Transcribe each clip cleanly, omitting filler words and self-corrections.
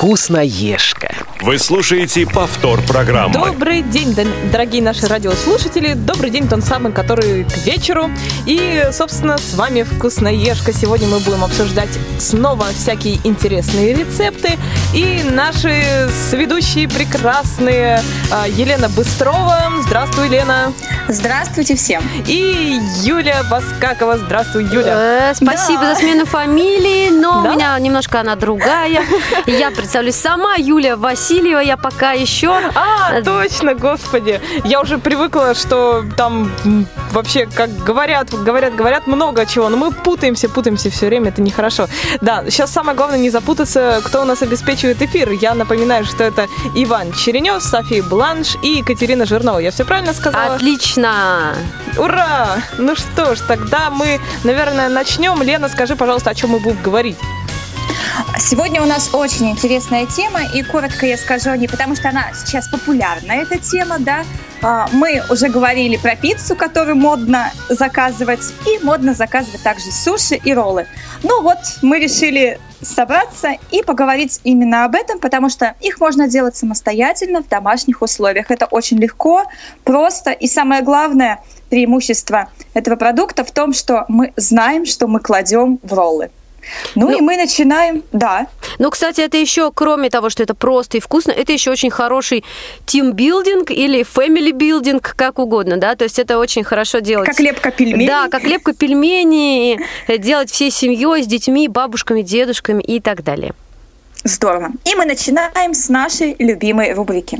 «Вкусноежка». Вы слушаете повтор программы. Добрый день, дорогие наши радиослушатели. Добрый день, тот самый, который к вечеру. И, собственно, с вами «Вкусноежка». Сегодня мы будем обсуждать снова всякие интересные рецепты. И наши соведущие прекрасные Елена Быстрова. Здравствуй, Лена. Здравствуйте всем. И Юля Баскакова. Здравствуй, Юля. Спасибо за смену фамилии, но у меня немножко она другая. Я представлюсь сама, Юлия Васильева, я пока еще. Точно, господи. Я уже привыкла, что там вообще, как говорят много чего, но мы путаемся все время, это нехорошо. Да, сейчас самое главное не запутаться, кто у нас обеспечивает эфир. Я напоминаю, что это Иван Черенев, София Бланш и Екатерина Жирнова. Я все правильно сказала? Отлично! Ура! Ну что ж, тогда мы, наверное, начнем. Лена, скажи, пожалуйста, о чем мы будем говорить? Сегодня у нас очень интересная тема, и коротко я скажу о ней, потому что она сейчас популярна, эта тема, да. Мы уже говорили про пиццу, которую модно заказывать, и модно заказывать также суши и роллы. Ну вот, мы решили собраться и поговорить именно об этом, потому что их можно делать самостоятельно в домашних условиях. Это очень легко, просто, и самое главное преимущество этого продукта в том, что мы знаем, что мы кладем в роллы. Ну и мы начинаем, да. Ну, кстати, это еще, кроме того, что это просто и вкусно, это еще очень хороший тимбилдинг или фэмили-билдинг, как угодно, да, то есть это очень хорошо делать. Как лепка пельменей. Да, как лепка пельменей, делать всей семьей, с детьми, бабушками, дедушками и так далее. Здорово. И мы начинаем с нашей любимой рубрики.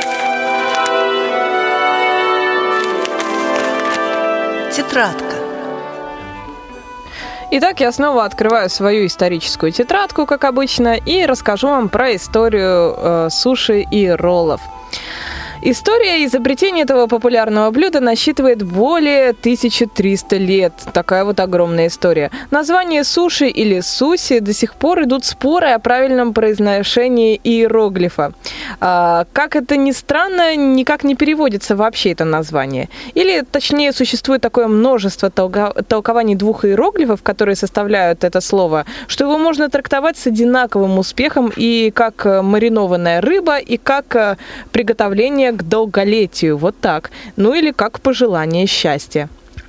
Тетрадка. Итак, я снова открываю свою историческую тетрадку, как обычно, и расскажу вам про историю суши и роллов. История изобретения этого популярного блюда насчитывает более 1300 лет. Такая вот огромная история. Название суши или суси до сих пор идут споры о правильном произношении иероглифа. Как это ни странно, никак не переводится вообще это название. Или, точнее, существует такое множество толкований двух иероглифов, которые составляют это слово, что его можно трактовать с одинаковым успехом и как маринованная рыба, и как приготовление к долголетию, вот так. Ну или как пожелание счастья.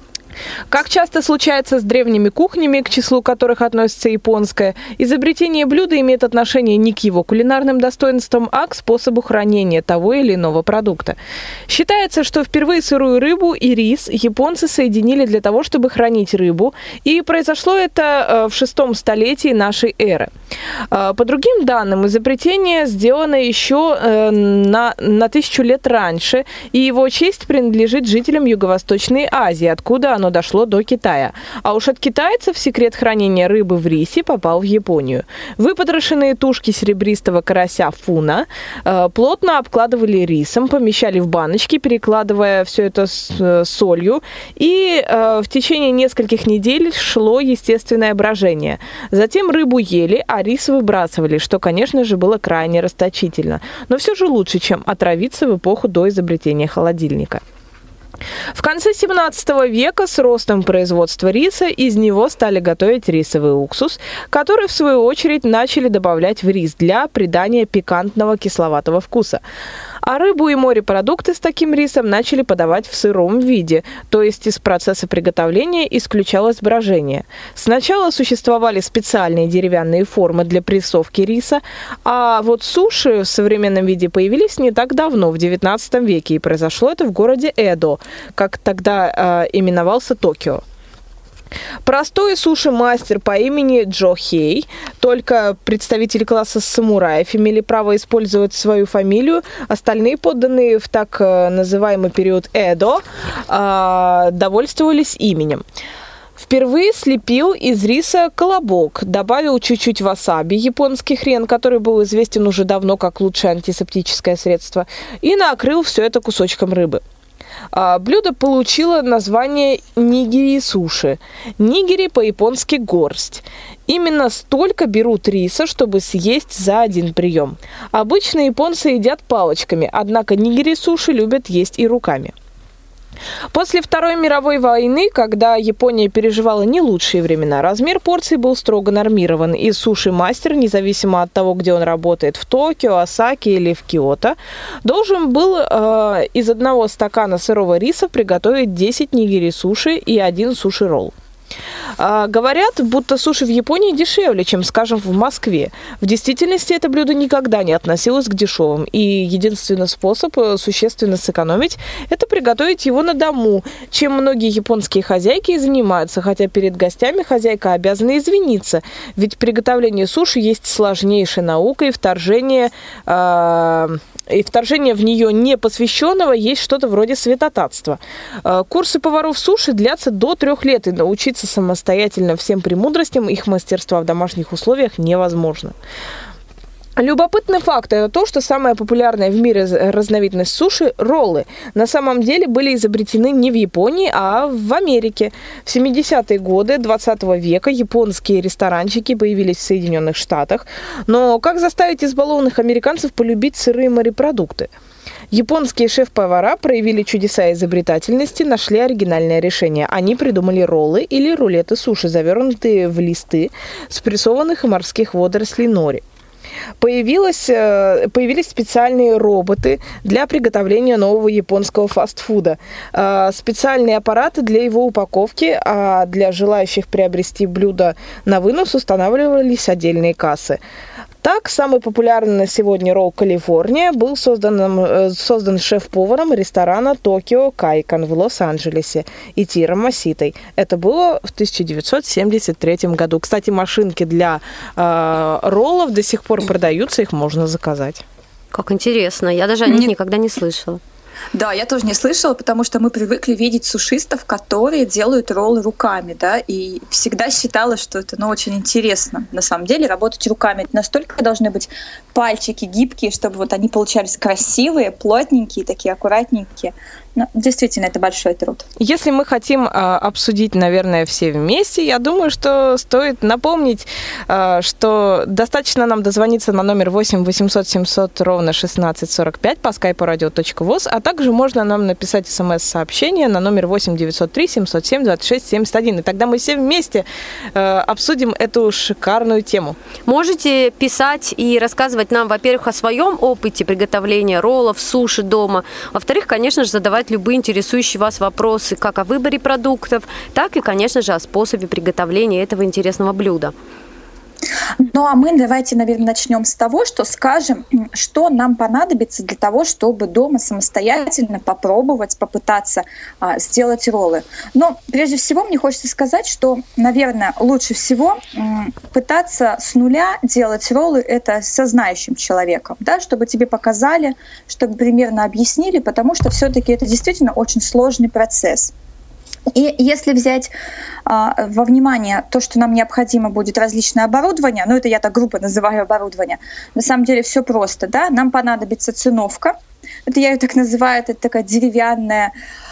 Как часто случается с древними кухнями, к числу которых относится японская, изобретение блюда имеет отношение не к его кулинарным достоинствам, а к способу хранения того или иного продукта. Считается, что впервые сырую рыбу и рис японцы соединили для того, чтобы хранить рыбу, и произошло это в 6 столетии нашей эры. По другим данным, изобретение сделано еще на 1000 лет раньше, и его честь принадлежит жителям Юго-Восточной Азии, откуда оно дошло до Китая. А уж от китайцев секрет хранения рыбы в рисе попал в Японию. Выпотрошенные тушки серебристого карася фуна плотно обкладывали рисом, помещали в баночки, перекладывая все это с солью, и в течение нескольких недель шло естественное брожение. Затем рыбу ели, а рис выбрасывали, что, конечно же, было крайне расточительно. Но все же лучше, чем отравиться в эпоху до изобретения холодильника. В конце 17 века с ростом производства риса из него стали готовить рисовый уксус, который, в свою очередь, начали добавлять в рис для придания пикантного кисловатого вкуса. А рыбу и морепродукты с таким рисом начали подавать в сыром виде, то есть из процесса приготовления исключалось брожение. Сначала существовали специальные деревянные формы для прессовки риса, а вот суши в современном виде появились не так давно, в 19 веке, и произошло это в городе Эдо, как тогда именовался Токио. Простой суши-мастер по имени Джо Хей, только представители класса самураев имели право использовать свою фамилию, остальные подданные в так называемый период Эдо довольствовались именем. Впервые слепил из риса колобок, добавил чуть-чуть васаби, японский хрен, который был известен уже давно как лучшее антисептическое средство, и накрыл все это кусочком рыбы. Блюдо получило название нигири-суши. Нигири по-японски горсть. Именно столько берут риса, чтобы съесть за один прием. Обычно японцы едят палочками, однако нигири-суши любят есть и руками. После Второй мировой войны, когда Япония переживала не лучшие времена, размер порций был строго нормирован, и суши-мастер, независимо от того, где он работает, в Токио, Осаке или в Киото, должен был из одного стакана сырого риса приготовить 10 нигири-суши и 1 суши-ролл. Говорят, будто суши в Японии дешевле, чем, скажем, в Москве. В действительности это блюдо никогда не относилось к дешевым, и единственный способ существенно сэкономить – это приготовить его на дому, чем многие японские хозяйки и занимаются, хотя перед гостями хозяйка обязана извиниться, ведь приготовление суши есть сложнейшая наука, и вторжение в нее непосвященного есть что-то вроде святотатства. Курсы поваров суши длятся до 3 лет, и научиться самостоятельно всем премудростям их мастерства в домашних условиях невозможно. Любопытный факт – это то, что самая популярная в мире разновидность суши – роллы. На самом деле были изобретены не в Японии, а в Америке. В 70-е годы 20 века японские ресторанчики появились в Соединенных Штатах. Но как заставить избалованных американцев полюбить сырые морепродукты? Японские шеф-повара проявили чудеса изобретательности, нашли оригинальное решение. Они придумали роллы или рулеты суши, завернутые в листы спрессованных морских водорослей нори. Появились специальные роботы для приготовления нового японского фастфуда, специальные аппараты для его упаковки, а для желающих приобрести блюдо на вынос устанавливались отдельные кассы. Так, самый популярный на сегодня ролл «Калифорния» был создан шеф-поваром ресторана «Токио Кайкан» в Лос-Анджелесе Итиро Маситой. Это было в 1973 году. Кстати, машинки для роллов до сих пор продаются, их можно заказать. Как интересно, я даже о них никогда не слышала. Да, я тоже не слышала, потому что мы привыкли видеть сушистов, которые делают роллы руками, да, и всегда считала, что это, очень интересно. На самом деле работать руками настолько должны быть пальчики гибкие, чтобы вот они получались красивые, плотненькие, такие аккуратненькие. Но действительно, это большой труд. Если мы хотим обсудить, наверное, все вместе, я думаю, что стоит напомнить, что достаточно нам дозвониться на номер 8 800 700 ровно 1645 по скайпу radio.voz, а также можно нам написать смс-сообщение на номер 8 903 707 26 71. И тогда мы все вместе обсудим эту шикарную тему. Можете писать и рассказывать нам, во-первых, о своем опыте приготовления роллов, суши дома. Во-вторых, конечно же, задавать любые интересующие вас вопросы как о выборе продуктов, так и, конечно же, о способе приготовления этого интересного блюда. Ну а мы давайте, наверное, начнем с того, что скажем, что нам понадобится для того, чтобы дома самостоятельно попытаться сделать роллы. Но прежде всего мне хочется сказать, что, наверное, лучше всего пытаться с нуля делать роллы это со знающим человеком, да, чтобы тебе показали, чтобы примерно объяснили, потому что все-таки это действительно очень сложный процесс. И если взять во внимание то, что нам необходимо будет различное оборудование, это я так грубо называю оборудование, на самом деле все просто, да, нам понадобится циновка, это я ее так называю, это такая деревянная,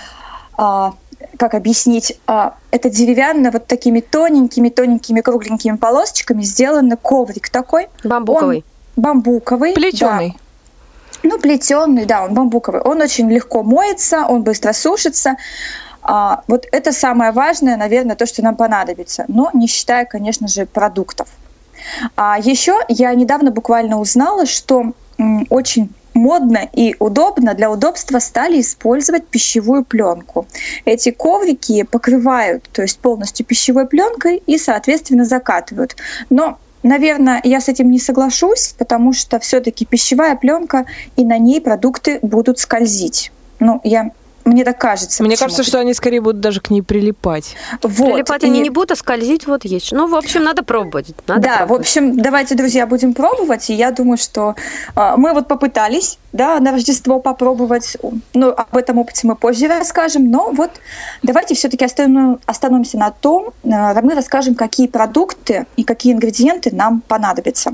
как объяснить, это деревянная вот такими тоненькими кругленькими полосочками сделанный коврик такой. Бамбуковый. Бамбуковый. Плетеный. Да. Плетеный, да, он бамбуковый. Он очень легко моется, он быстро сушится. Вот это самое важное, наверное, то, что нам понадобится, но не считая, конечно же, продуктов. Еще я недавно буквально узнала, что очень модно и удобно, для удобства стали использовать пищевую пленку. Эти коврики покрывают, то есть полностью пищевой пленкой и, соответственно, закатывают. Но, наверное, я с этим не соглашусь, потому что все-таки пищевая пленка, и на ней продукты будут скользить. Мне так кажется. Мне кажется, что они скорее будут даже к ней прилипать. Прилипать они не будут, а скользить вот есть. В общем, надо пробовать. В общем, давайте, друзья, будем пробовать. И я думаю, что мы попытались, да, на Рождество попробовать. Об этом опыте мы позже расскажем. Но давайте все-таки остановимся на том, мы расскажем, какие продукты и какие ингредиенты нам понадобятся.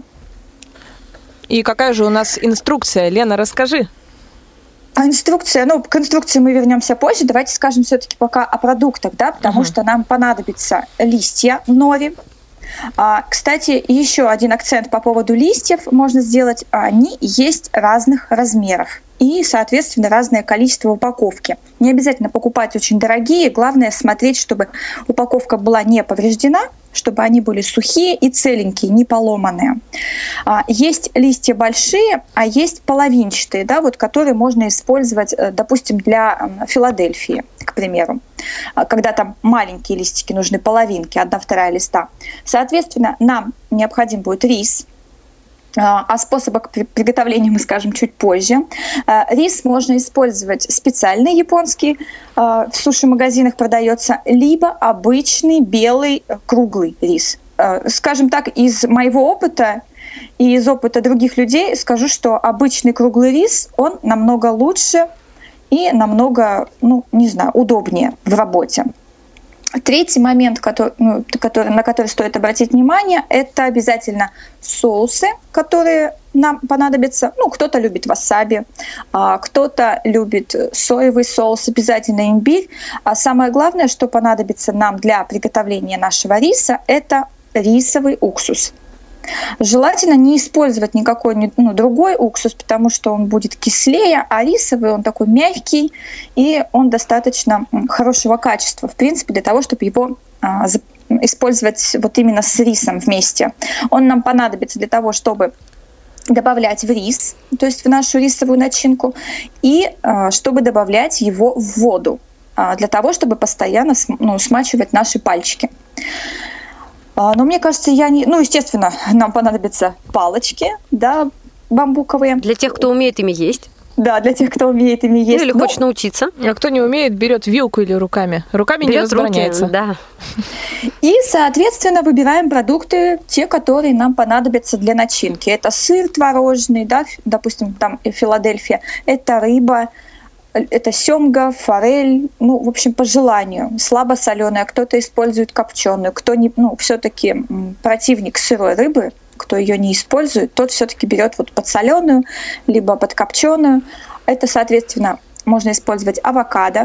И какая же у нас инструкция? Лена, расскажи. Инструкция, к инструкции мы вернемся позже. Давайте скажем все-таки пока о продуктах, да, потому что нам понадобятся листья нори, Кстати, еще один акцент по поводу листьев можно сделать. Они есть разных размеров и, соответственно, разное количество упаковки. Не обязательно покупать очень дорогие, главное смотреть, чтобы упаковка была не повреждена, чтобы они были сухие и целенькие, не поломанные. Есть листья большие, а есть половинчатые, да, вот, которые можно использовать, допустим, для Филадельфии, к примеру, когда там маленькие листики нужны, половинки, 1/2 листа. Соответственно, нам необходим будет рис. О способах приготовления мы скажем чуть позже. Рис можно использовать специальный японский, в суши-магазинах продается, либо обычный белый круглый рис. Скажем так, из моего опыта и из опыта других людей скажу, что обычный круглый рис, он намного лучше и намного, удобнее в работе. Третий момент, на который стоит обратить внимание, это обязательно соусы, которые нам понадобятся. Кто-то любит васаби, кто-то любит соевый соус, обязательно имбирь. А самое главное, что понадобится нам для приготовления нашего риса, это рисовый уксус. Желательно не использовать никакой другой уксус, потому что он будет кислее, а рисовый он такой мягкий, и он достаточно хорошего качества, в принципе, для того, чтобы его использовать вот именно с рисом вместе. Он нам понадобится для того, чтобы добавлять в рис, то есть в нашу рисовую начинку, и чтобы добавлять его в воду, для того, чтобы постоянно смачивать наши пальчики. Но мне кажется, естественно, нам понадобятся палочки, да, бамбуковые. Для тех, кто умеет ими есть. Да, для тех, кто умеет ими есть. Или хочет научиться. А кто не умеет, берет вилку или руками. Руками не возбраняется. Руки, да. И, соответственно, выбираем продукты, те, которые нам понадобятся для начинки. Это сыр творожный, да, допустим, там Филадельфия, это рыба, это семга, форель, в общем, по желанию. Слабосоленая, кто-то использует копченую, кто не, все-таки противник сырой рыбы, кто ее не использует, тот все-таки берет вот подсоленую, либо подкопченую. Это, соответственно, можно использовать авокадо,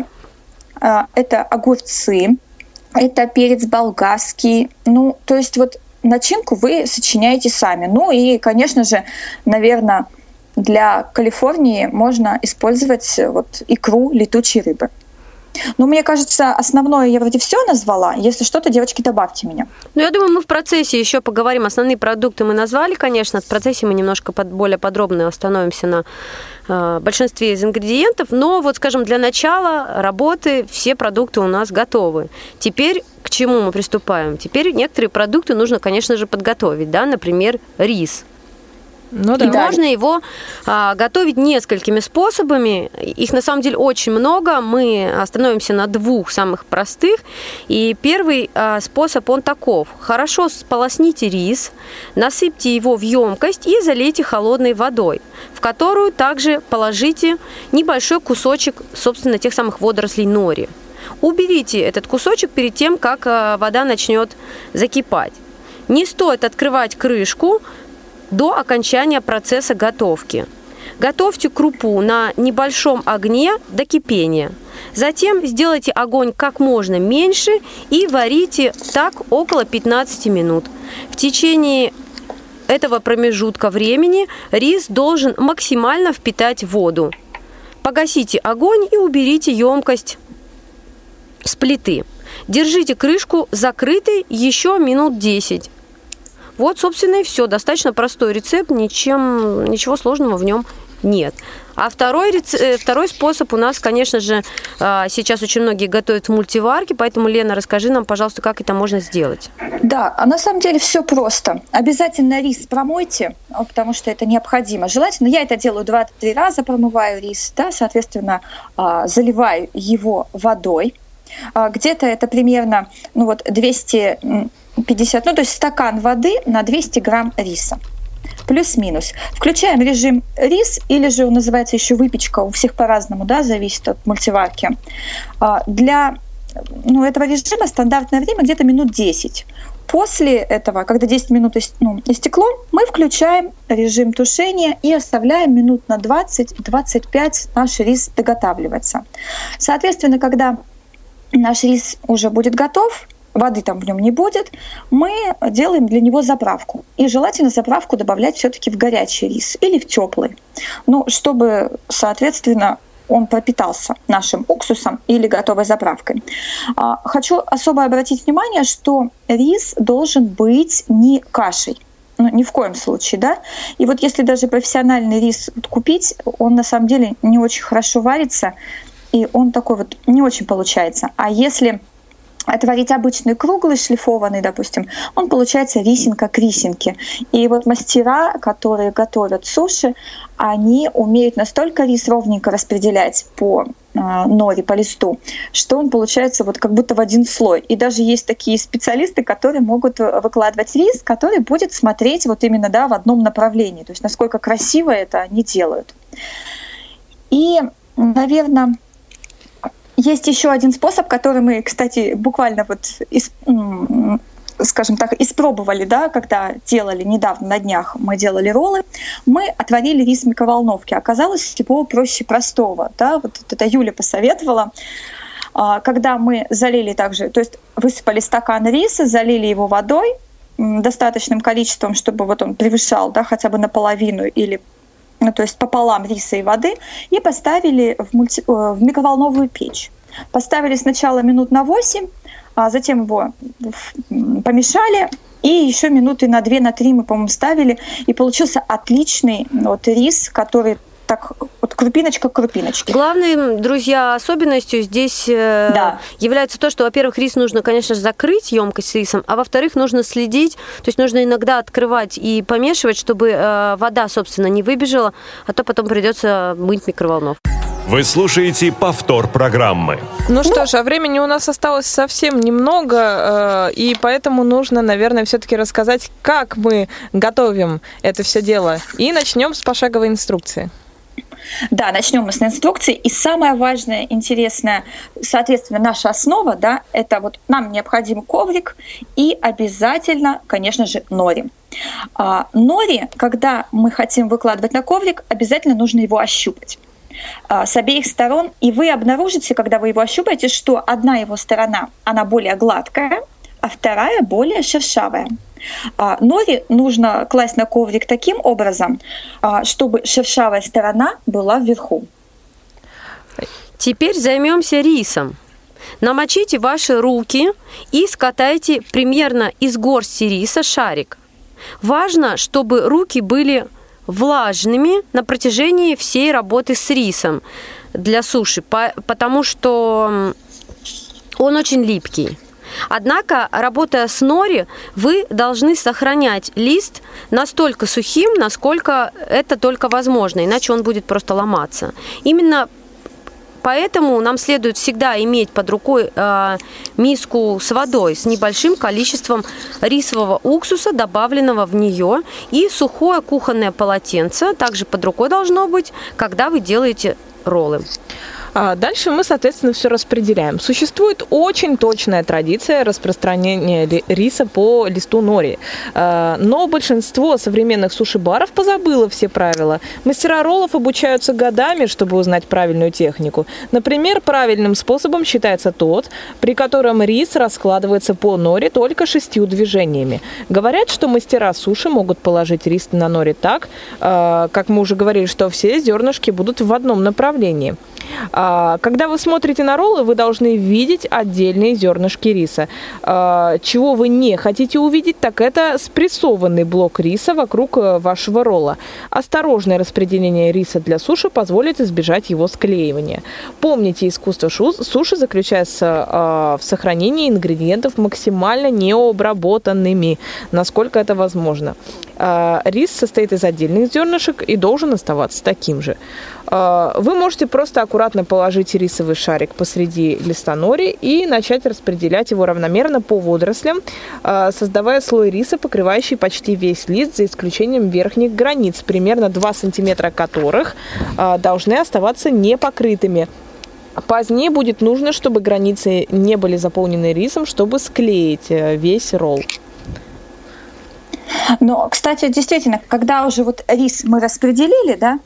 это огурцы, это перец болгарский. То есть вот начинку вы сочиняете сами. И, конечно же, наверное, для Калифорнии можно использовать икру летучей рыбы. Мне кажется, основное я вроде все назвала. Если что-то, девочки, добавьте меня. Я думаю, мы в процессе еще поговорим. Основные продукты мы назвали, конечно. В процессе мы немножко более подробно остановимся на большинстве из ингредиентов. Но скажем, для начала работы все продукты у нас готовы. Теперь к чему мы приступаем? Теперь некоторые продукты нужно, конечно же, подготовить. Да? Например, рис. И можно его готовить несколькими способами. Их на самом деле очень много. Мы остановимся на 2 самых простых. И первый способ, он таков. Хорошо сполосните рис, насыпьте его в емкость и залейте холодной водой, в которую также положите небольшой кусочек, собственно, тех самых водорослей нори. Уберите этот кусочек перед тем, как вода начнет закипать. Не стоит открывать крышку до окончания процесса готовки. Готовьте крупу на небольшом огне до кипения. Затем сделайте огонь как можно меньше и варите так около 15 минут. В течение этого промежутка времени рис должен максимально впитать воду. Погасите огонь и уберите емкость с плиты. Держите крышку закрытой еще минут 10. Собственно, и все. Достаточно простой рецепт, ничего сложного в нем нет. А второй способ у нас, конечно же, сейчас очень многие готовят в мультиварке, поэтому, Лена, расскажи нам, пожалуйста, как это можно сделать. Да, на самом деле все просто. Обязательно рис промойте, потому что это необходимо. Желательно, я это делаю 2-3 раза, промываю рис, да, соответственно, заливаю его водой. Где-то это примерно 250, то есть стакан воды на 200 грамм риса. Плюс-минус. Включаем режим рис, или же он называется еще выпечка, у всех по-разному, да, зависит от мультиварки. Для этого режима стандартное время где-то минут 10. После этого, когда 10 минут истекло, мы включаем режим тушения и оставляем минут на 20-25 наш рис доготавливаться. Соответственно, когда наш рис уже будет готов, воды там в нем не будет, мы делаем для него заправку. И желательно заправку добавлять все-таки в горячий рис или в теплый. Ну, чтобы, соответственно, он пропитался нашим уксусом или готовой заправкой. Хочу особо обратить внимание, что рис должен быть не кашей. Ну, ни в коем случае, да. И вот если даже профессиональный рис купить, он на самом деле не очень хорошо варится, и он такой вот не очень получается. А если отварить обычный круглый, шлифованный, допустим, он получается рисинка к рисинке. И вот мастера, которые готовят суши, они умеют настолько рис ровненько распределять по норе, по листу, что он получается вот как будто в один слой. И даже есть такие специалисты, которые могут выкладывать рис, который будет смотреть вот именно, да, в одном направлении. То есть насколько красиво это они делают. И, наверное, есть еще один способ, который мы, кстати, буквально вот, скажем так, испробовали, да, когда делали недавно, на днях мы делали роллы, мы отварили рис в микроволновке. Оказалось, его проще простого, да, вот это Юля посоветовала. Когда мы залили также, то есть высыпали стакан риса, залили его водой достаточным количеством, чтобы вот он превышал, да, хотя бы наполовину или то есть пополам риса и воды, и поставили в микроволновую печь. Поставили сначала минут на 8, а затем его помешали, и еще минуты на 2-3 мы, по-моему, ставили, и получился отличный вот рис, который так вот крупиночка к крупиночке. Главной, друзья, особенностью здесь является то, что, во-первых, рис нужно, конечно же, закрыть, емкость с рисом, а во-вторых, нужно следить, то есть нужно иногда открывать и помешивать, чтобы вода, собственно, не выбежала, а то потом придется мыть микроволновку. Вы слушаете повтор программы. Ну что ж, а времени у нас осталось совсем немного, и поэтому нужно, наверное, все-таки рассказать, как мы готовим это все дело. И начнем с пошаговой инструкции. Да, начнем мы с инструкции. И самое важное, интересное, соответственно, наша основа, да, это вот нам необходим коврик и обязательно, конечно же, нори. Нори, когда мы хотим выкладывать на коврик, обязательно нужно его ощупать с обеих сторон, и вы обнаружите, когда вы его ощупаете, что одна его сторона, она более гладкая, а вторая более шершавая. Нори нужно класть на коврик таким образом, чтобы шершавая сторона была вверху. Теперь займемся рисом. Намочите ваши руки и скатайте примерно из горсти риса шарик. Важно, чтобы руки были влажными на протяжении всей работы с рисом для суши, потому что он очень липкий. Однако, работая с нори, вы должны сохранять лист настолько сухим, насколько это только возможно, иначе он будет просто ломаться. Именно поэтому нам следует всегда иметь под рукой миску с водой с небольшим количеством рисового уксуса, добавленного в нее, и сухое кухонное полотенце также под рукой должно быть, когда вы делаете роллы. Дальше мы, соответственно, все распределяем. Существует очень точная традиция распространения риса по листу нори. Но большинство современных суши-баров позабыло все правила. Мастера роллов обучаются годами, чтобы узнать правильную технику. Например, правильным способом считается тот, при котором рис раскладывается по нори только 6 движениями. Говорят, что мастера суши могут положить рис на нори так, как мы уже говорили, что все зернышки будут в одном направлении. Когда вы смотрите на роллы, вы должны видеть отдельные зернышки риса. Чего вы не хотите увидеть, так это спрессованный блок риса вокруг вашего ролла. Осторожное распределение риса для суши позволит избежать его склеивания. Помните, искусство суши заключается в сохранении ингредиентов максимально необработанными, насколько это возможно. Рис состоит из отдельных зернышек и должен оставаться таким же. Вы можете просто аккуратно положить рисовый шарик посреди листа нори и начать распределять его равномерно по водорослям, создавая слой риса, покрывающий почти весь лист, за исключением верхних границ, примерно 2 сантиметра которых должны оставаться непокрытыми. Позднее будет нужно, чтобы границы не были заполнены рисом, чтобы склеить весь ролл. Но, кстати, действительно, когда уже вот рис мы распределили, да,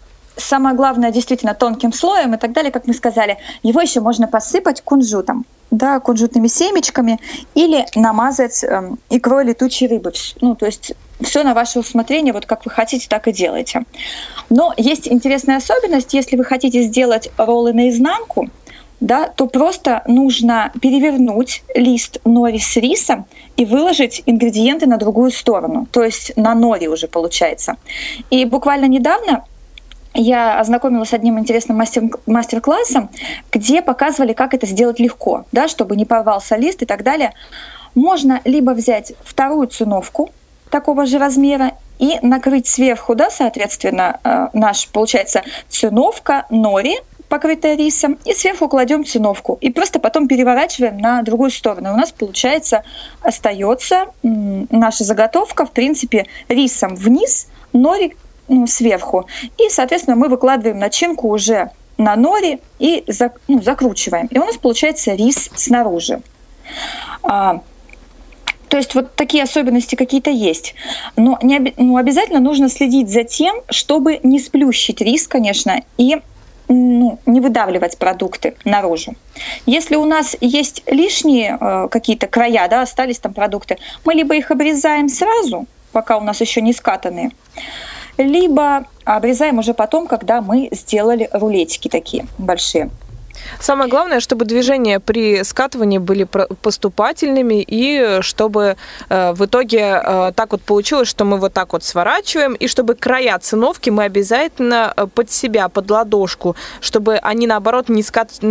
самое главное, действительно, тонким слоем и так далее, как мы сказали, его еще можно посыпать кунжутом. да, кунжутными семечками, или намазать икрой летучей рыбы. Ну, то есть все на ваше усмотрение, вот как вы хотите, так и делайте. Но есть интересная особенность, если вы хотите сделать роллы наизнанку, да, то просто нужно перевернуть лист нори с рисом и выложить ингредиенты на другую сторону, то есть на нори уже получается. И буквально недавно я ознакомилась с одним интересным мастер-классом, где показывали, как это сделать легко, да, чтобы не порвался лист и так далее. Можно либо взять вторую циновку такого же размера и накрыть сверху, да, соответственно, наш, получается, циновка, нори, покрытая рисом, и сверху кладем циновку. И просто потом переворачиваем на другую сторону. У нас, получается, остается наша заготовка, в принципе, рисом вниз, нори сверху. И, соответственно, мы выкладываем начинку уже на нори и закручиваем. И у нас получается рис снаружи. То есть вот такие особенности какие-то есть. Но обязательно нужно следить за тем, чтобы не сплющить рис, конечно, и не выдавливать продукты наружу. Если у нас есть лишние какие-то края, да, остались там продукты, мы либо их обрезаем сразу, пока у нас еще не скатанные, либо обрезаем уже потом, когда мы сделали рулетики такие большие. Самое главное, чтобы движения при скатывании были поступательными, и чтобы в итоге так вот получилось, что мы вот так вот сворачиваем, и чтобы края циновки мы обязательно под себя, под ладошку, чтобы они, наоборот, не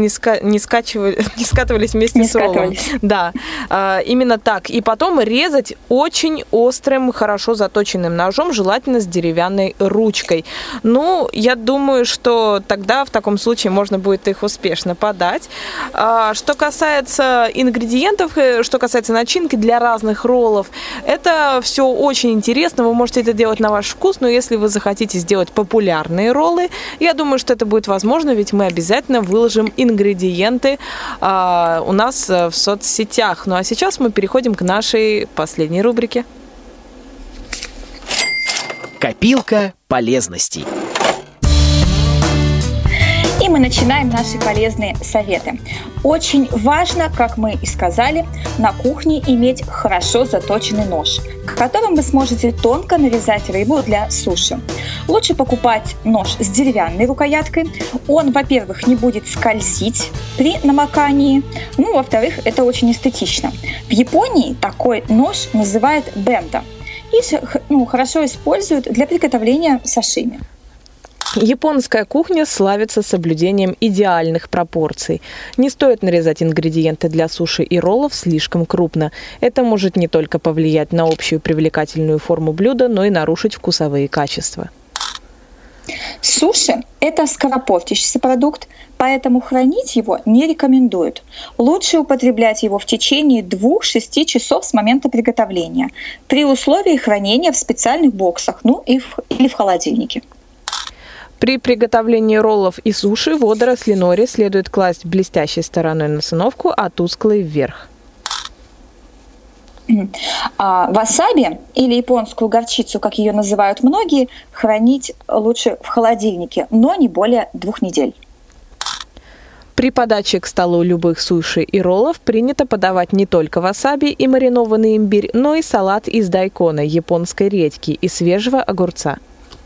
скатывались вместе с роллом. Да, именно так. И потом резать очень острым, хорошо заточенным ножом, желательно с деревянной ручкой. Ну, я думаю, что тогда в таком случае можно будет их успешно подать. Что касается ингредиентов, что касается начинки для разных роллов, это все очень интересно. Вы можете это делать на ваш вкус, но если вы захотите сделать популярные роллы, я думаю, что это будет возможно, ведь мы обязательно выложим ингредиенты у нас в соцсетях. Ну а сейчас мы переходим к нашей последней рубрике. Копилка полезностей. И мы начинаем наши полезные советы. Очень важно, как мы и сказали, на кухне иметь хорошо заточенный нож, которым вы сможете тонко нарезать рыбу для суши. Лучше покупать нож с деревянной рукояткой. Он, во-первых, не будет скользить при намокании. Ну, во-вторых, это очень эстетично. В Японии такой нож называют бенто и хорошо используют для приготовления сашими. Японская кухня славится соблюдением идеальных пропорций. Не стоит нарезать ингредиенты для суши и роллов слишком крупно. Это может не только повлиять на общую привлекательную форму блюда, но и нарушить вкусовые качества. Суши – это скоропортящийся продукт, поэтому хранить его не рекомендуют. Лучше употреблять его в течение 2-6 часов с момента приготовления, при условии хранения в специальных боксах, или в холодильнике. При приготовлении роллов и суши водоросли нори следует класть блестящей стороной на циновку, а тусклой вверх. Васаби, или японскую горчицу, как ее называют многие, хранить лучше в холодильнике, но не более 2 недель. При подаче к столу любых суши и роллов принято подавать не только васаби и маринованный имбирь, но и салат из дайкона, японской редьки и свежего огурца.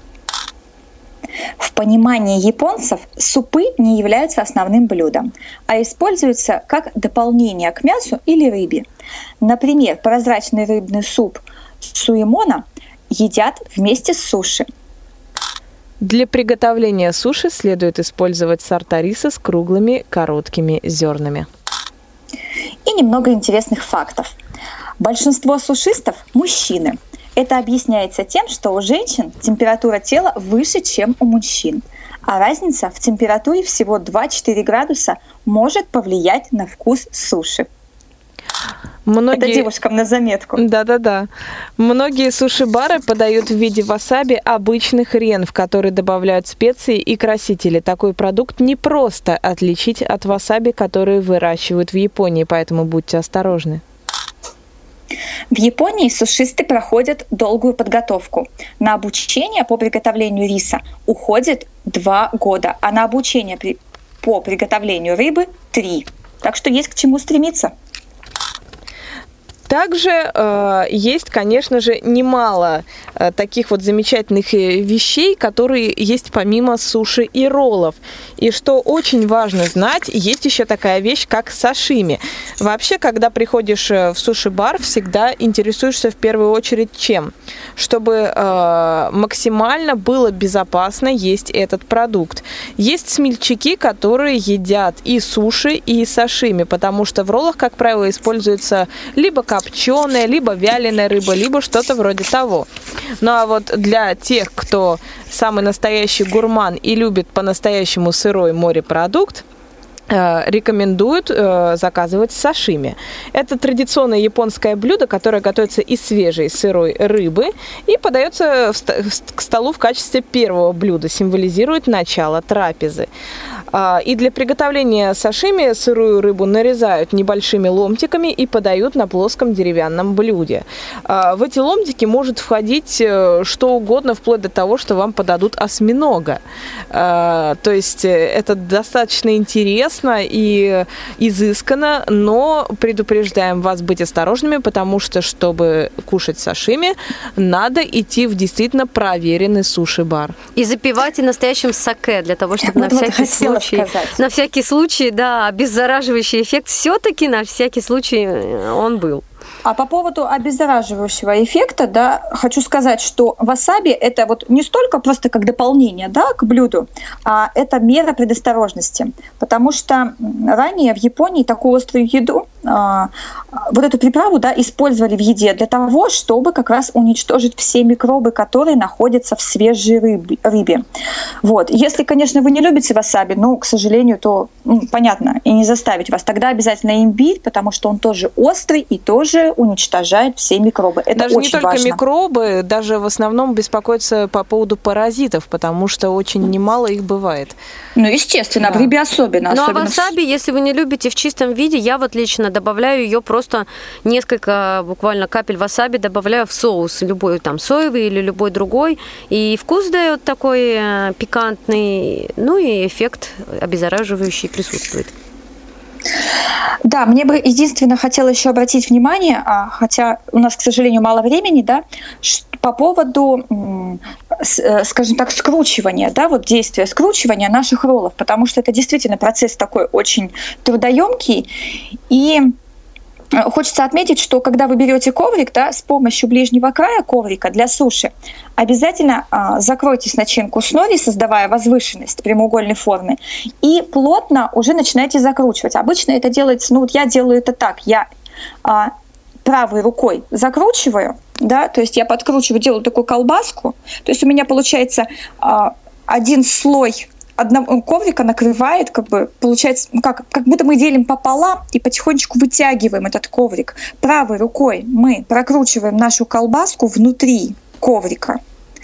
В понимании японцев супы не являются основным блюдом, а используются как дополнение к мясу или рыбе. Например, прозрачный рыбный суп суэмона едят вместе с суши. Для приготовления суши следует использовать сорта риса с круглыми короткими зернами. И немного интересных фактов. Большинство сушистов – мужчины. Это объясняется тем, что у женщин температура тела выше, чем у мужчин, а разница в температуре всего 2-4 градуса может повлиять на вкус суши. Это девушкам на заметку. Да. Многие суши-бары подают в виде васаби обычный хрен, в который добавляют специи и красители. Такой продукт не просто отличить от васаби, которые выращивают в Японии, поэтому будьте осторожны. В Японии сушисты проходят долгую подготовку. На обучение по приготовлению риса уходит 2 года, а на обучение по приготовлению рыбы 3. Так что есть к чему стремиться. Также есть, конечно же, немало таких вот замечательных вещей, которые есть помимо суши и роллов. И что очень важно знать, есть еще такая вещь, как сашими. Вообще, когда приходишь в суши-бар, всегда интересуешься в первую очередь чем? Чтобы максимально было безопасно есть этот продукт. Есть смельчаки, которые едят и суши, и сашими, потому что в роллах, как правило, используется либо копченая, либо вяленая рыба, либо что-то вроде того. Ну а вот для тех, кто самый настоящий гурман и любит по-настоящему сырой морепродукт, рекомендуют заказывать сашими. Это традиционное японское блюдо, которое готовится из свежей сырой рыбы и подается к столу в качестве первого блюда, символизирует начало трапезы. И для приготовления сашими сырую рыбу нарезают небольшими ломтиками и подают на плоском деревянном блюде. В эти ломтики может входить что угодно, вплоть до того, что вам подадут осьминога. То есть это достаточно интересно и изысканно, но предупреждаем вас быть осторожными, потому что, чтобы кушать сашими, надо идти в действительно проверенный суши-бар. И запивать и настоящим саке, для того, чтобы на всякий случай, да, обеззараживающий эффект все-таки на всякий случай он был. А по поводу обеззараживающего эффекта, да, хочу сказать, что васаби это вот не столько просто как дополнение, да, к блюду, а это мера предосторожности. Потому что ранее в Японии такую острую еду, вот эту приправу, да, использовали в еде для того, чтобы как раз уничтожить все микробы, которые находятся в свежей рыбе. Вот. Если, конечно, вы не любите васаби, к сожалению, то понятно, и не заставить вас. Тогда обязательно имбирь, потому что он тоже острый и тоже уничтожает все микробы. Это даже очень не только важно. Микробы, даже в основном беспокоятся по поводу паразитов, потому что очень немало их бывает. Естественно, да. В рыбе особенно. А васаби, если вы не любите в чистом виде, я вот лично добавляю ее просто несколько, буквально капель васаби добавляю в соус, любой там соевый или любой другой, и вкус дает такой пикантный, и эффект обеззараживающий присутствует. Да, мне бы единственно хотела еще обратить внимание, хотя у нас, к сожалению, мало времени, да, по поводу, скажем так, скручивания, да, вот действия скручивания наших роллов, потому что это действительно процесс такой очень трудоемкий, и хочется отметить, что когда вы берете коврик, да, с помощью ближнего края коврика для суши, обязательно закройте начинку с нори, создавая возвышенность прямоугольной формы, и плотно уже начинайте закручивать. Обычно это делается, я делаю это так, я правой рукой закручиваю, да, то есть я подкручиваю, делаю такую колбаску, то есть у меня получается один слой одного коврика накрывает, получается, как будто мы делим пополам и потихонечку вытягиваем этот коврик. Правой рукой мы прокручиваем нашу колбаску внутри коврика.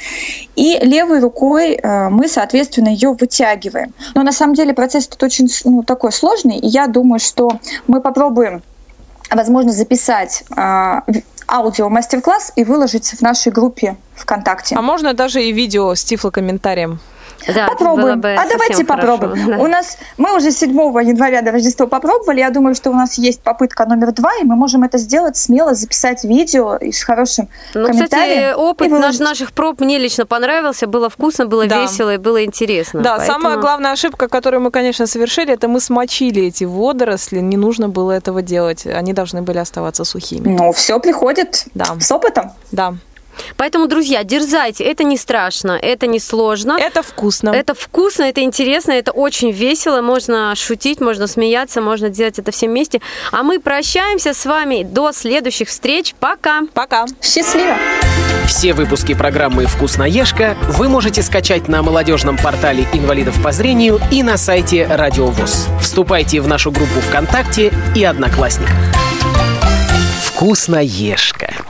И левой рукой мы, соответственно, ее вытягиваем. Но на самом деле процесс тут очень такой сложный, и я думаю, что мы попробуем, возможно, записать аудио-мастер-класс и выложить в нашей группе ВКонтакте. А можно даже и видео с тифлокомментарием. Да, попробуем. Давайте попробуем. Да. Мы уже 7 января до Рождества попробовали. Я думаю, что у нас есть попытка номер 2, и мы можем это сделать смело, записать видео и с хорошим комментарием. Кстати, опыт наших проб мне лично понравился. Было вкусно, было весело и было интересно. Да, самая главная ошибка, которую мы, конечно, совершили, это мы смочили эти водоросли. Не нужно было этого делать. Они должны были оставаться сухими. Все приходит с опытом. Да. Поэтому, друзья, дерзайте, это не страшно, это не сложно. Это вкусно. Это вкусно, это интересно, это очень весело. Можно шутить, можно смеяться, можно делать это все вместе. А мы прощаемся с вами до следующих встреч. Пока. Пока. Счастливо. Все выпуски программы «Вкусноежка» вы можете скачать на молодежном портале инвалидов по зрению и на сайте Радио ВОС. Вступайте в нашу группу ВКонтакте и Одноклассниках. «Вкусноежка».